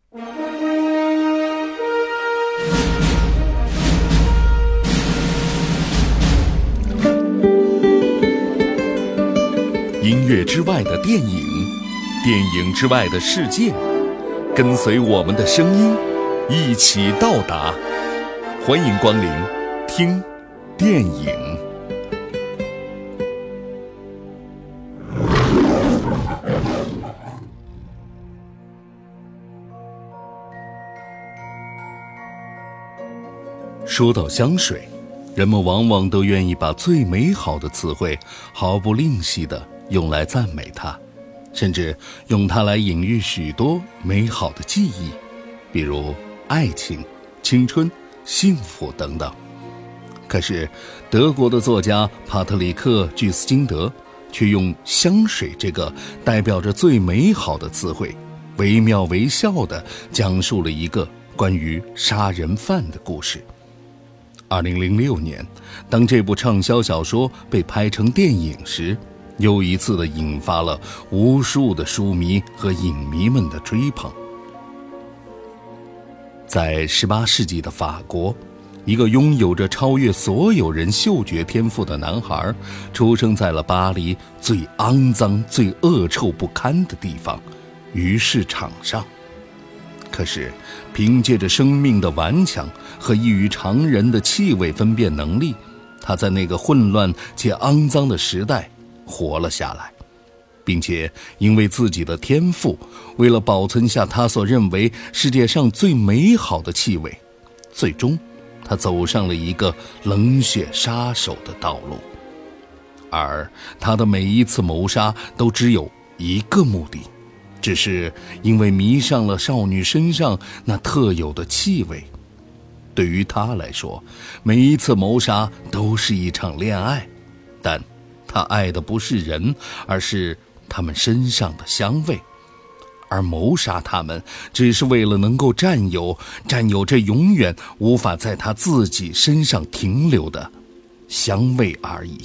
音乐之外的电影，电影之外的世界，跟随我们的声音一起到达。欢迎光临听电影。说到香水，人们往往都愿意把最美好的词汇毫不吝惜地用来赞美它，甚至用它来隐喻许多美好的记忆，比如爱情、青春、幸福等等。可是德国的作家帕特里克·居斯金德却用香水这个代表着最美好的词汇，惟妙惟肖地讲述了一个关于杀人犯的故事。2006年，当这部畅销小说被拍成电影时，又一次地引发了无数的书迷和影迷们的追捧。在18世纪的法国，一个拥有着超越所有人嗅觉天赋的男孩，出生在了巴黎最肮脏、最恶臭不堪的地方——鱼市场上。可是，凭借着生命的顽强和异于常人的气味分辨能力，他在那个混乱且肮脏的时代活了下来，并且因为自己的天赋，为了保存下他所认为世界上最美好的气味，最终他走上了一个冷血杀手的道路。而他的每一次谋杀都只有一个目的，只是因为迷上了少女身上那特有的气味。对于他来说，每一次谋杀都是一场恋爱，但他爱的不是人，而是他们身上的香味。而谋杀他们，只是为了能够占有这永远无法在他自己身上停留的香味而已。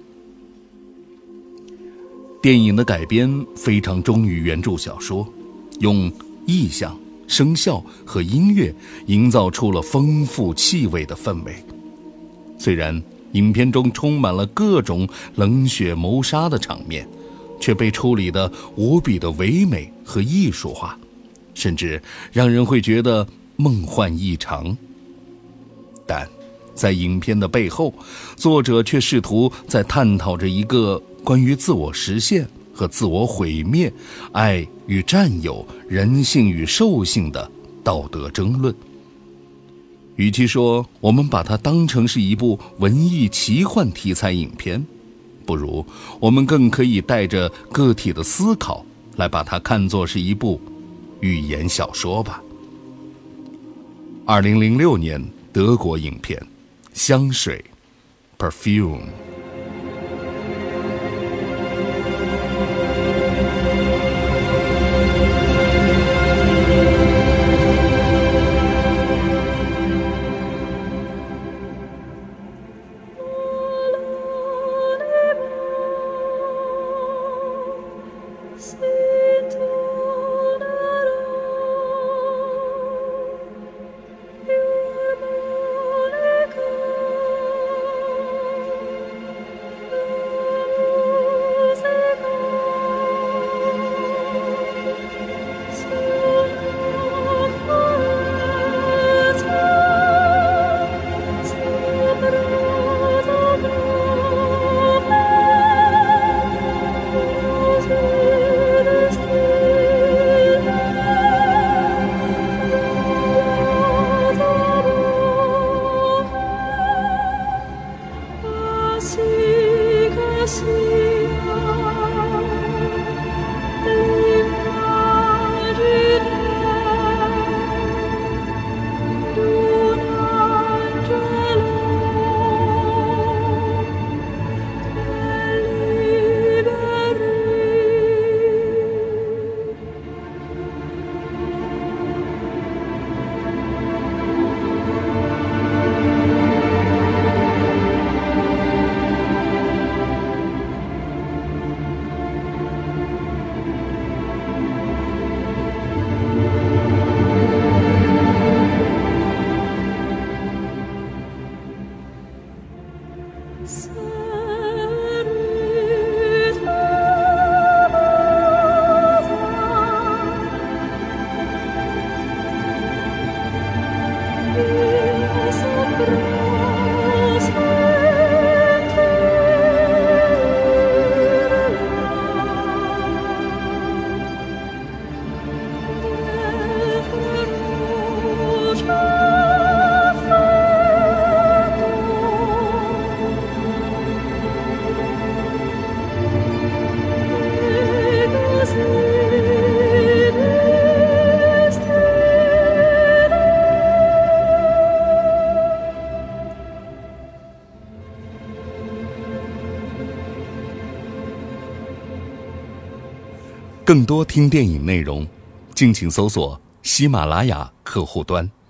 电影的改编非常忠于原著小说，用意象、声效和音乐营造出了丰富气味的氛围。虽然影片中充满了各种冷血谋杀的场面，却被处理得无比的唯美和艺术化，甚至让人会觉得梦幻异常。但在影片的背后，作者却试图在探讨着一个关于自我实现和自我毁灭、爱与占有、人性与兽性的道德争论。与其说我们把它当成是一部文艺奇幻题材影片，不如我们更可以带着个体的思考来把它看作是一部寓言小说吧。2006年德国影片香水 Perfume。 更多听电影内容，敬请搜索喜马拉雅客户端。